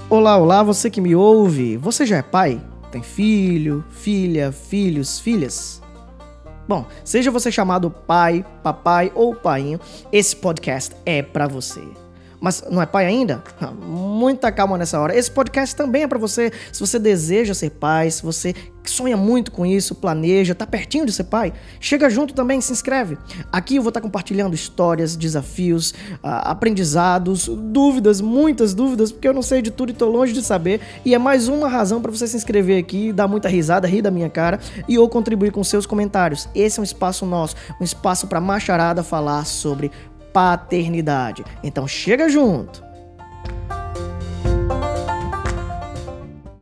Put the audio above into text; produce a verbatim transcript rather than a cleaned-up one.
Olá, olá, você que me ouve. Você já é pai? Tem filho, filha, filhos, filhas? Bom, seja você chamado pai, papai ou painho, esse podcast é pra você. Mas não é pai ainda? Muita calma nessa hora. Esse podcast também é pra você. Se você deseja ser pai, se você sonha muito com isso, planeja, tá pertinho de ser pai, chega junto também, se inscreve. Aqui eu vou estar compartilhando histórias, desafios, aprendizados, dúvidas, muitas dúvidas, porque eu não sei de tudo e tô longe de saber. E é mais uma razão pra você se inscrever aqui, dar muita risada, rir da minha cara e ou contribuir com seus comentários. Esse é um espaço nosso, um espaço pra macharada falar sobre paternidade. Então chega junto!